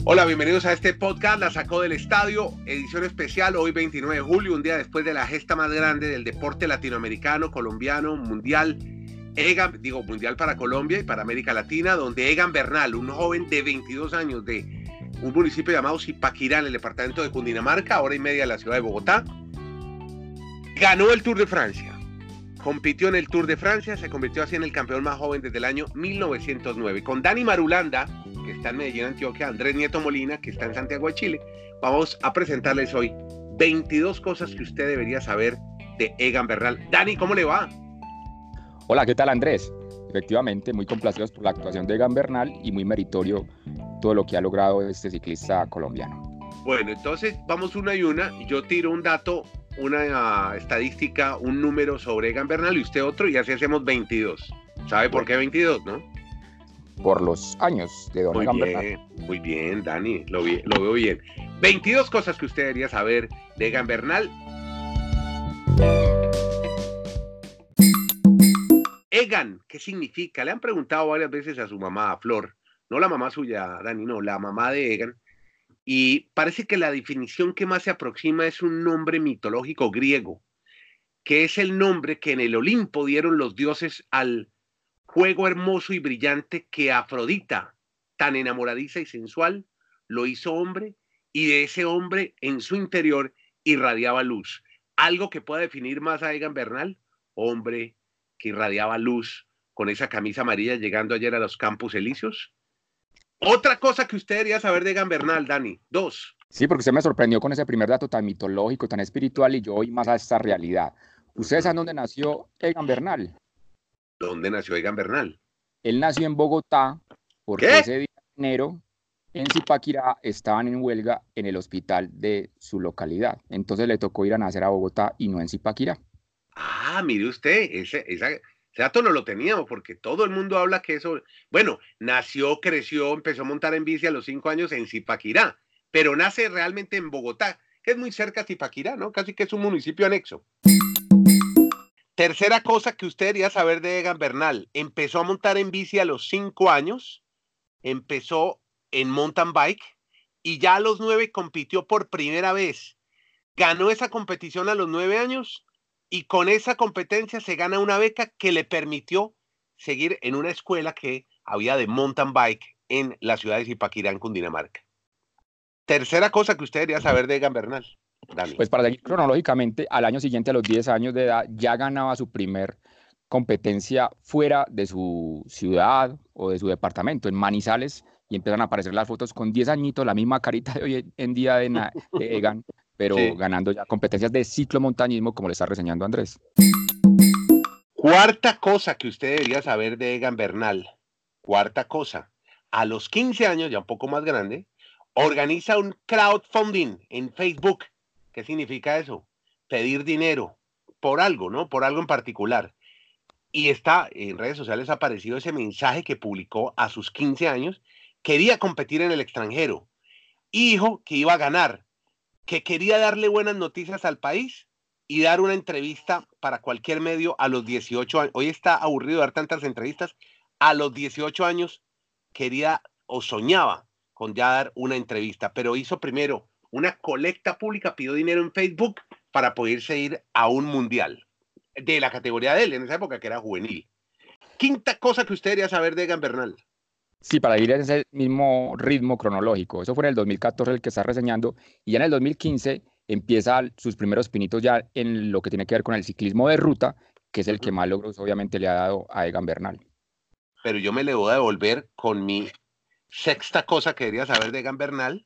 Hola, bienvenidos a este podcast, La Sacó del Estadio, edición especial, hoy 29 de julio, un día después de la gesta más grande del deporte latinoamericano, colombiano, mundial, mundial para Colombia y para América Latina, donde Egan Bernal, un joven de 22 años de un municipio llamado Zipaquirá, en el departamento de Cundinamarca, hora y media de la ciudad de Bogotá, ganó el Tour de Francia. Compitió en el Tour de Francia, se convirtió así en el campeón más joven desde el año 1909. Con Dani Marulanda, que está en Medellín, Antioquia, Andrés Nieto Molina, que está en Santiago de Chile, vamos a presentarles hoy 22 cosas que usted debería saber de Egan Bernal. Dani, ¿cómo le va? Hola, ¿qué tal, Andrés? Efectivamente, muy complacidos por la actuación de Egan Bernal y muy meritorio todo lo que ha logrado este ciclista colombiano. Bueno, entonces vamos una y una. Yo tiro un dato, una estadística, un número sobre Egan Bernal y usted otro, y así hacemos 22. ¿Sabe por qué 22, no? Por los años de don Egan Bernal. Muy bien, Dani, lo veo bien. 22 cosas que usted debería saber de Egan Bernal. Egan, ¿qué significa? Le han preguntado varias veces a su mamá, a Flor, no la mamá suya, Dani, no, la mamá de Egan, y parece que la definición que más se aproxima es un nombre mitológico griego, que es el nombre que en el Olimpo dieron los dioses al juego hermoso y brillante que Afrodita, tan enamoradiza y sensual, lo hizo hombre, y de ese hombre en su interior irradiaba luz. Algo que pueda definir más a Egan Bernal, hombre que irradiaba luz con esa camisa amarilla llegando ayer a los Campos Elíseos. Otra cosa que usted debería saber de Egan Bernal, Dani. 2. Sí, porque usted me sorprendió con ese primer dato tan mitológico, tan espiritual, y yo voy más a esta realidad. ¿Ustedes saben dónde nació Egan Bernal? ¿Dónde nació Egan Bernal? Él nació en Bogotá porque ¿Qué? ese día de enero en Zipaquirá estaban en huelga en el hospital de su localidad. Entonces le tocó ir a nacer a Bogotá y no en Zipaquirá. Ah, mire usted, ese dato no lo teníamos porque todo el mundo habla que eso, bueno, nació, creció, empezó a montar en bici a los 5 años en Zipaquirá, pero nace realmente en Bogotá, que es muy cerca de Zipaquirá, ¿no? Casi que es un municipio anexo. Tercera cosa que usted debería saber de Egan Bernal, empezó a montar en bici a los 5 años, empezó en mountain bike y ya a los 9 compitió por primera vez. Ganó esa competición a los 9 años y con esa competencia se gana una beca que le permitió seguir en una escuela que había de mountain bike en la ciudad de Zipaquirá, en Cundinamarca. Tercera cosa que usted debería saber de Egan Bernal, Dani. Pues para seguir cronológicamente, al año siguiente, a los 10 años de edad, ya ganaba su primer competencia fuera de su ciudad o de su departamento, en Manizales, y empiezan a aparecer las fotos con 10 añitos, la misma carita de hoy en día de Egan, pero Sí. ganando ya competencias de ciclomontañismo, como le está reseñando Andrés. Cuarta cosa que usted debería saber de Egan Bernal. Cuarta cosa. A los 15 años, ya un poco más grande, organiza un crowdfunding en Facebook. ¿Qué significa eso? Pedir dinero por algo, ¿no? Por algo en particular. Y está en redes sociales ha aparecido ese mensaje que publicó a sus 15 años. Quería competir en el extranjero y dijo que iba a ganar, que quería darle buenas noticias al país y dar una entrevista para cualquier medio a los 18 años. Hoy está aburrido de dar tantas entrevistas. A los 18 años quería o soñaba con ya dar una entrevista, pero hizo primero una colecta pública, pidió dinero en Facebook para poderse ir a un mundial de la categoría de él, en esa época que era juvenil. Quinta cosa que usted debería saber de Egan Bernal. Sí, para ir en ese mismo ritmo cronológico. Eso fue en el 2014 el que está reseñando, y ya en el 2015 empieza sus primeros pinitos ya en lo que tiene que ver con el ciclismo de ruta, que es el que más logros obviamente le ha dado a Egan Bernal. Pero yo me le voy a devolver con mi sexta cosa que debería saber de Egan Bernal,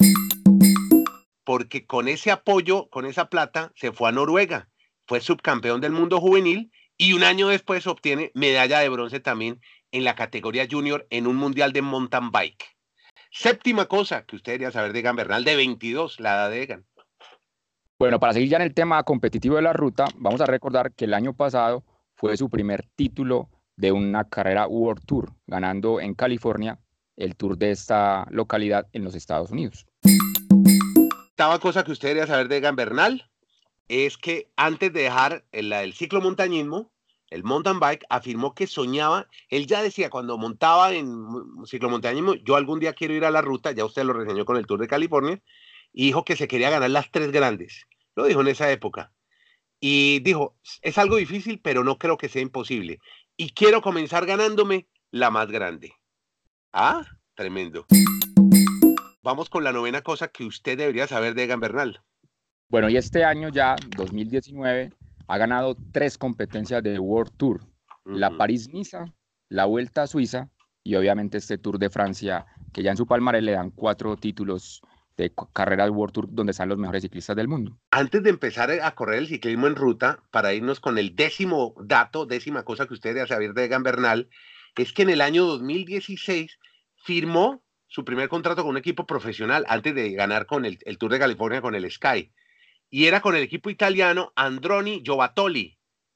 porque con ese apoyo, con esa plata, se fue a Noruega, fue subcampeón del mundo juvenil y un año después obtiene medalla de bronce también en la categoría junior en un mundial de mountain bike. Séptima cosa que usted debería saber de Egan Bernal, de 22, la edad de Egan. Bueno, para seguir ya en el tema competitivo de la ruta, vamos a recordar que el año pasado fue su primer título de una carrera World Tour, ganando en California el tour de esta localidad en los Estados Unidos. Octava cosa que usted debería saber de Egan Bernal es que antes de dejar el ciclomontañismo, el mountain bike, afirmó que soñaba, él ya decía cuando montaba en ciclomontañismo, yo algún día quiero ir a la ruta, ya usted lo reseñó con el Tour de California, y dijo que se quería ganar las 3 grandes, lo dijo en esa época, y dijo, es algo difícil, pero no creo que sea imposible, y quiero comenzar ganándome la más grande. Ah, tremendo. Vamos con la novena cosa que usted debería saber de Egan Bernal. Bueno, y este año ya, 2019, ha ganado 3 competencias de World Tour. La París-Niza, la Vuelta a Suiza y obviamente este Tour de Francia, que ya en su palmarés le dan 4 títulos de carreras World Tour donde están los mejores ciclistas del mundo. Antes de empezar a correr el ciclismo en ruta, para irnos con el décimo dato, décima cosa que usted debe saber de Egan Bernal, es que en el año 2016 firmó su primer contrato con un equipo profesional antes de ganar con el Tour de California con el Sky. Y era con el equipo italiano Androni Giovattoli.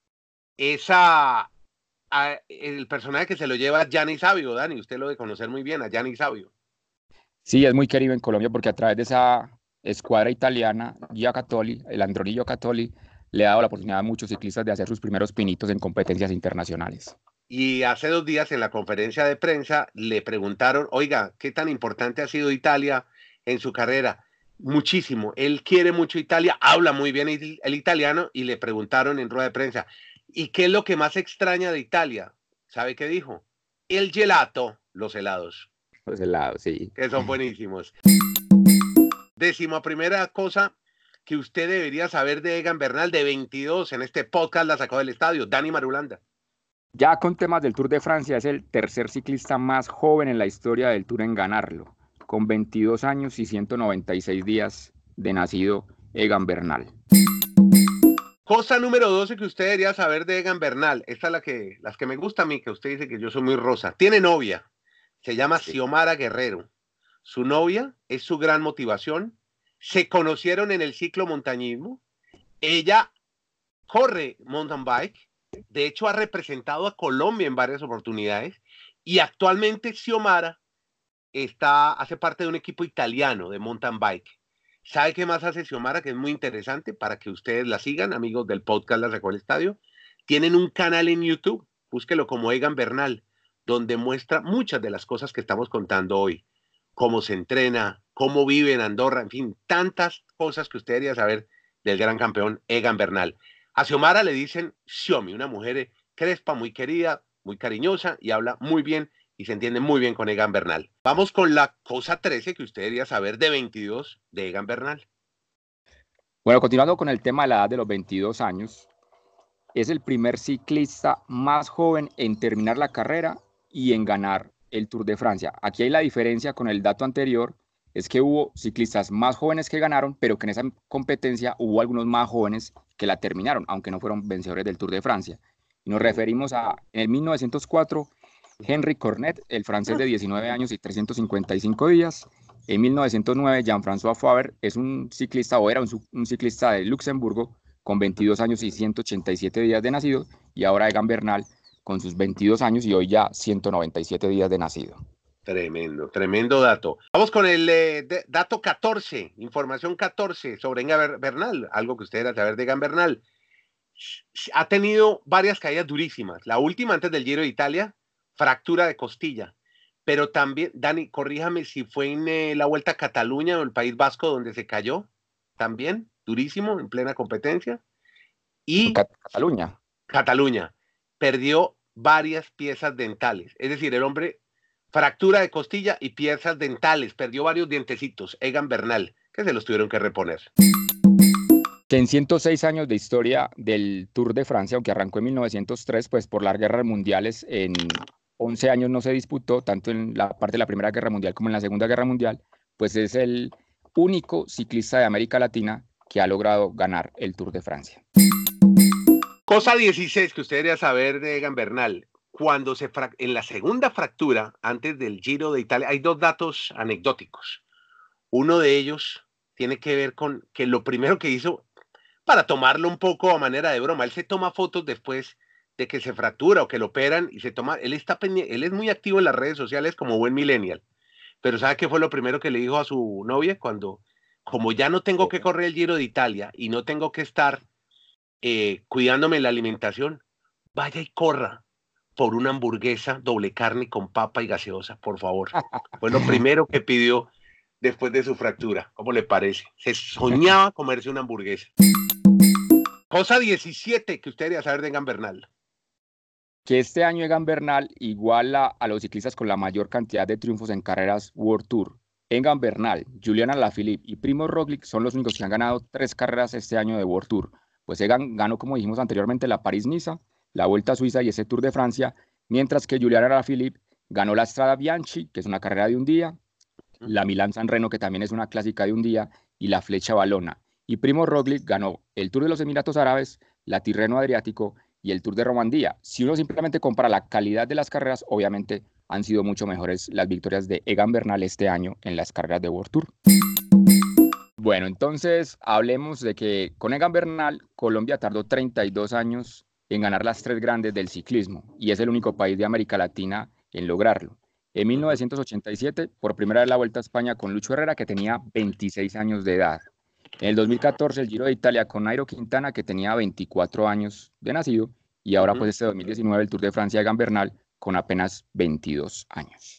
El personaje que se lo lleva a Gianni Savio, Dani, usted lo debe conocer muy bien, a Gianni Savio. Sí, es muy querido en Colombia porque a través de esa escuadra italiana, el Androni Giocattoli, le ha dado la oportunidad a muchos ciclistas de hacer sus primeros pinitos en competencias internacionales. Y hace 2 días en la conferencia de prensa le preguntaron, oiga, ¿qué tan importante ha sido Italia en su carrera? Muchísimo. Él quiere mucho Italia, habla muy bien el italiano y le preguntaron en rueda de prensa, ¿y qué es lo que más extraña de Italia? ¿Sabe qué dijo? El gelato, los helados. Los helados, sí. Que son buenísimos. Décima primera cosa que usted debería saber de Egan Bernal, de 22, en este podcast la sacó del estadio, Dani Marulanda. Ya con temas del Tour de Francia, es el tercer ciclista más joven en la historia del Tour en ganarlo, con 22 años y 196 días de nacido Egan Bernal. Cosa número 12 que usted debería saber de Egan Bernal. Esta es las que me gusta a mí, que usted dice que yo soy muy rosa. Tiene novia, se llama Xiomara Guerrero. Su novia es su gran motivación. Se conocieron en el ciclomontañismo. Ella corre mountain bike. De hecho, ha representado a Colombia en varias oportunidades. Y actualmente Xiomara hace parte de un equipo italiano de mountain bike. ¿Sabe qué más hace Xiomara? Que es muy interesante para que ustedes la sigan, amigos del podcast La Sacó el Estadio. Tienen un canal en YouTube, búsquelo como Egan Bernal, donde muestra muchas de las cosas que estamos contando hoy. Cómo se entrena, cómo vive en Andorra, en fin, tantas cosas que usted debería saber del gran campeón Egan Bernal. A Xiomara le dicen Xiomi, una mujer crespa, muy querida, muy cariñosa y habla muy bien y se entiende muy bien con Egan Bernal. Vamos con la cosa 13 que usted debería saber de 22 de Egan Bernal. Bueno, continuando con el tema de la edad de los 22 años, es el primer ciclista más joven en terminar la carrera y en ganar el Tour de Francia. Aquí hay la diferencia con el dato anterior, es que hubo ciclistas más jóvenes que ganaron, pero que en esa competencia hubo algunos más jóvenes que la terminaron, aunque no fueron vencedores del Tour de Francia. Y nos referimos en el 1904, Henry Cornet, el francés de 19 años y 355 días. En 1909, Jean-François Fabre es un ciclista, o era un ciclista de Luxemburgo, con 22 años y 187 días de nacido, y ahora Egan Bernal con sus 22 años y hoy ya 197 días de nacido. Tremendo, tremendo dato. Vamos con el dato 14, información 14 sobre Egan Bernal, algo que usted debe saber de Egan Bernal. Ha tenido varias caídas durísimas. La última antes del Giro de Italia, fractura de costilla. Pero también, Dani, corríjame si fue en la Vuelta a Cataluña o el País Vasco donde se cayó. También, durísimo, en plena competencia. Y Cataluña. Cataluña perdió varias piezas dentales. Es decir, el hombre, fractura de costilla y piezas dentales. Perdió varios dientecitos. Egan Bernal, que se los tuvieron que reponer. Que en 106 años de historia del Tour de Francia, aunque arrancó en 1903, pues por las guerras mundiales, en 11 años no se disputó, tanto en la parte de la Primera Guerra Mundial como en la Segunda Guerra Mundial, pues es el único ciclista de América Latina que ha logrado ganar el Tour de Francia. Cosa 16 que usted debería saber de Egan Bernal. Cuando en la segunda fractura, antes del Giro de Italia, hay 2 datos anecdóticos. Uno de ellos tiene que ver con que lo primero que hizo, para tomarlo un poco a manera de broma, él se toma fotos después de que se fractura o que lo operan y se toma, él es muy activo en las redes sociales como buen millennial, pero ¿sabe qué fue lo primero que le dijo a su novia? Como ya no tengo que correr el Giro de Italia y no tengo que estar cuidándome la alimentación, vaya y corra por una hamburguesa doble carne con papa y gaseosa, por favor. Fue lo primero que pidió después de su fractura. ¿Cómo le parece? Se soñaba comerse una hamburguesa. Cosa 17 que usted debería saber de Egan Bernal. Que este año Egan Bernal iguala a los ciclistas con la mayor cantidad de triunfos en carreras World Tour. Egan Bernal, Julian Alaphilippe y Primož Roglic son los únicos que han ganado 3 carreras este año de World Tour. Pues Egan ganó, como dijimos anteriormente, la París-Niza, la Vuelta a Suiza y ese Tour de Francia, mientras que Julian Alaphilippe ganó la Strada Bianchi, que es una carrera de un día, la Milán-San Reno, que también es una clásica de un día, y la Flecha Valona. Y Primož Roglic ganó el Tour de los Emiratos Árabes, la Tirreno Adriático y el Tour de Romandía. Si uno simplemente compara la calidad de las carreras, obviamente han sido mucho mejores las victorias de Egan Bernal este año en las carreras de World Tour. Bueno, entonces hablemos de que con Egan Bernal, Colombia tardó 32 años en ganar las 3 grandes del ciclismo y es el único país de América Latina en lograrlo. En 1987, por primera vez la Vuelta a España con Lucho Herrera, que tenía 26 años de edad. En el 2014, el Giro de Italia con Nairo Quintana, que tenía 24 años de nacido. Y ahora, pues, este 2019, el Tour de Francia de Egan Bernal, con apenas 22 años.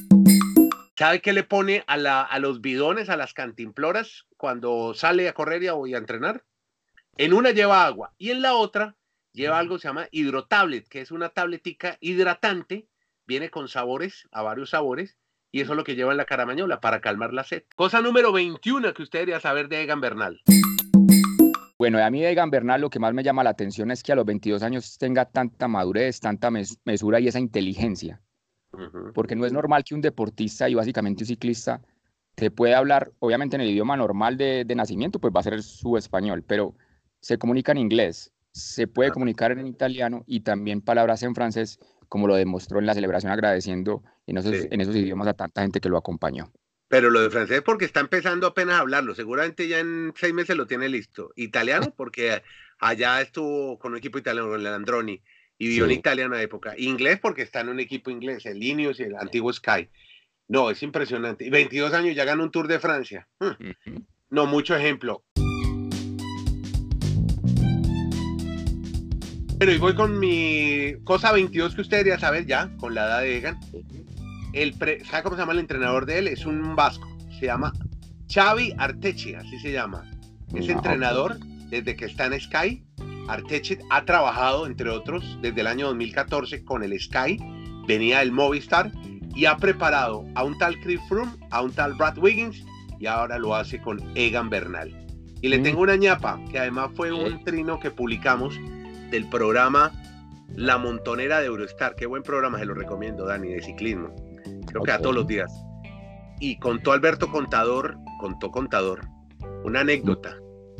¿Sabe qué le pone a los bidones, a las cantimploras, cuando sale a correr y a entrenar? En una lleva agua y en la otra lleva algo que se llama hidrotablet, que es una tabletica hidratante, viene con sabores, a varios sabores, y eso es lo que lleva en la caramañola para calmar la sed. Cosa número 21 que usted debería saber de Egan Bernal. Bueno, a mí de Egan Bernal lo que más me llama la atención es que a los 22 años tenga tanta madurez, tanta mesura y esa inteligencia. Porque no es normal que un deportista y básicamente un ciclista te pueda hablar, obviamente en el idioma normal de nacimiento, pues va a ser su español, pero se comunica en inglés, se puede comunicar en italiano y también palabras en francés, como lo demostró en la celebración agradeciendo en esos idiomas a tanta gente que lo acompañó. Pero lo de francés porque está empezando apenas a hablarlo, seguramente ya en 6 meses lo tiene listo. Italiano porque allá estuvo con un equipo italiano, con el Androni, y vivió en Italia en una época. Inglés porque está en un equipo inglés, el Ineos y el antiguo Sky. No, es impresionante. Y 22 años ya ganó un Tour de Francia. No, mucho ejemplo. Pero y voy con mi cosa 22 que usted debería saber ya, con la edad de Egan. ¿Sabe cómo se llama el entrenador de él? Es un vasco. Se llama Xavi Arteche, así se llama. Es entrenador desde que está en Sky. Arteche ha trabajado, entre otros, desde el año 2014 con el Sky. Venía del Movistar y ha preparado a un tal Chris Froome, a un tal Brad Wiggins y ahora lo hace con Egan Bernal. Y le tengo una ñapa, que además fue un trino que publicamos del programa La Montonera de Eurostar. Qué buen programa, se lo recomiendo, Dani, de ciclismo. Creo que a todos los días. Y contó Contador, una anécdota.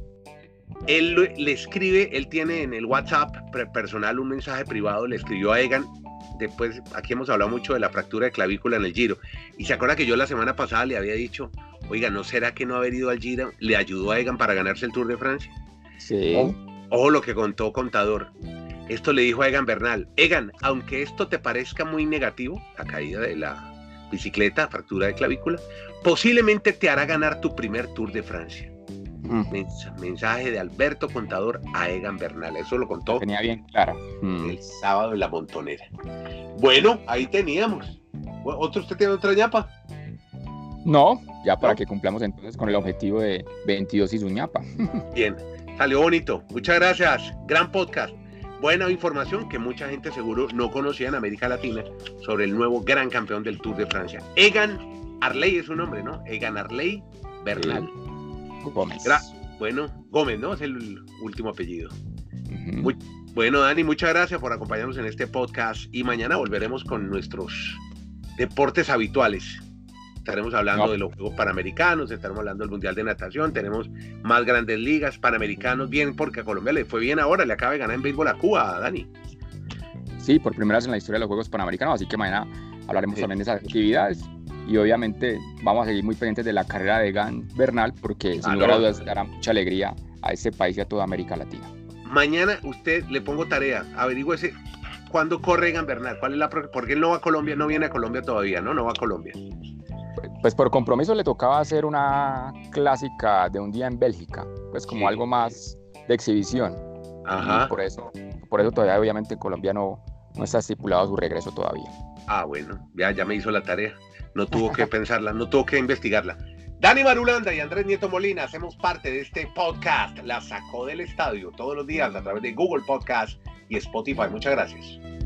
Él le escribe, él tiene en el WhatsApp personal un mensaje privado, le escribió a Egan. Después, aquí hemos hablado mucho de la fractura de clavícula en el Giro. Y se acuerda que yo la semana pasada le había dicho, oiga, ¿no será que no haber ido al Giro le ayudó a Egan para ganarse el Tour de Francia? Sí. Ojo lo que contó Contador. Esto le dijo a Egan Bernal. Egan, aunque esto te parezca muy negativo, la caída de la bicicleta, fractura de clavícula, posiblemente te hará ganar tu primer Tour de Francia. Mensaje de Alberto Contador a Egan Bernal. Eso lo contó. Tenía bien claro. El sábado en La Montonera. Bueno, ahí teníamos. ¿Usted tiene otra ñapa? No, ya para que cumplamos entonces con el objetivo de 22 y su ñapa. Bien, salió bonito. Muchas gracias. Gran podcast. Buena información que mucha gente seguro no conocía en América Latina sobre el nuevo gran campeón del Tour de Francia. Egan Arley es su nombre, ¿no? Egan Arley Bernal. Gómez. Bueno, Gómez, ¿no? Es el último apellido. Bueno, Dani, muchas gracias por acompañarnos en este podcast y mañana volveremos con nuestros deportes habituales. Estaremos hablando de los Juegos Panamericanos, estaremos hablando del Mundial de Natación, tenemos más grandes ligas, Panamericanos, bien, porque a Colombia le fue bien ahora, le acaba de ganar en béisbol a Cuba, Dani. Sí, por primera vez en la historia de los Juegos Panamericanos, así que mañana hablaremos también de esas actividades y obviamente vamos a seguir muy pendientes de la carrera de Egan Bernal porque sin lugar a dudas dará mucha alegría a este país y a toda América Latina. Mañana usted le pongo tarea, averígüese cuándo corre Egan Bernal, porque él no va a Colombia, no viene a Colombia todavía, ¿no? No va a Colombia. Pues por compromiso le tocaba hacer una clásica de un día en Bélgica, pues como algo más de exhibición. Ajá. Y por eso por eso todavía obviamente en Colombia no está estipulado su regreso todavía. Ah, bueno, ya me hizo la tarea. No tuvo que pensarla, no tuvo que investigarla. Dani Marulanda y Andrés Nieto Molina hacemos parte de este podcast, La Sacó del Estadio, todos los días a través de Google Podcast y Spotify. Muchas gracias.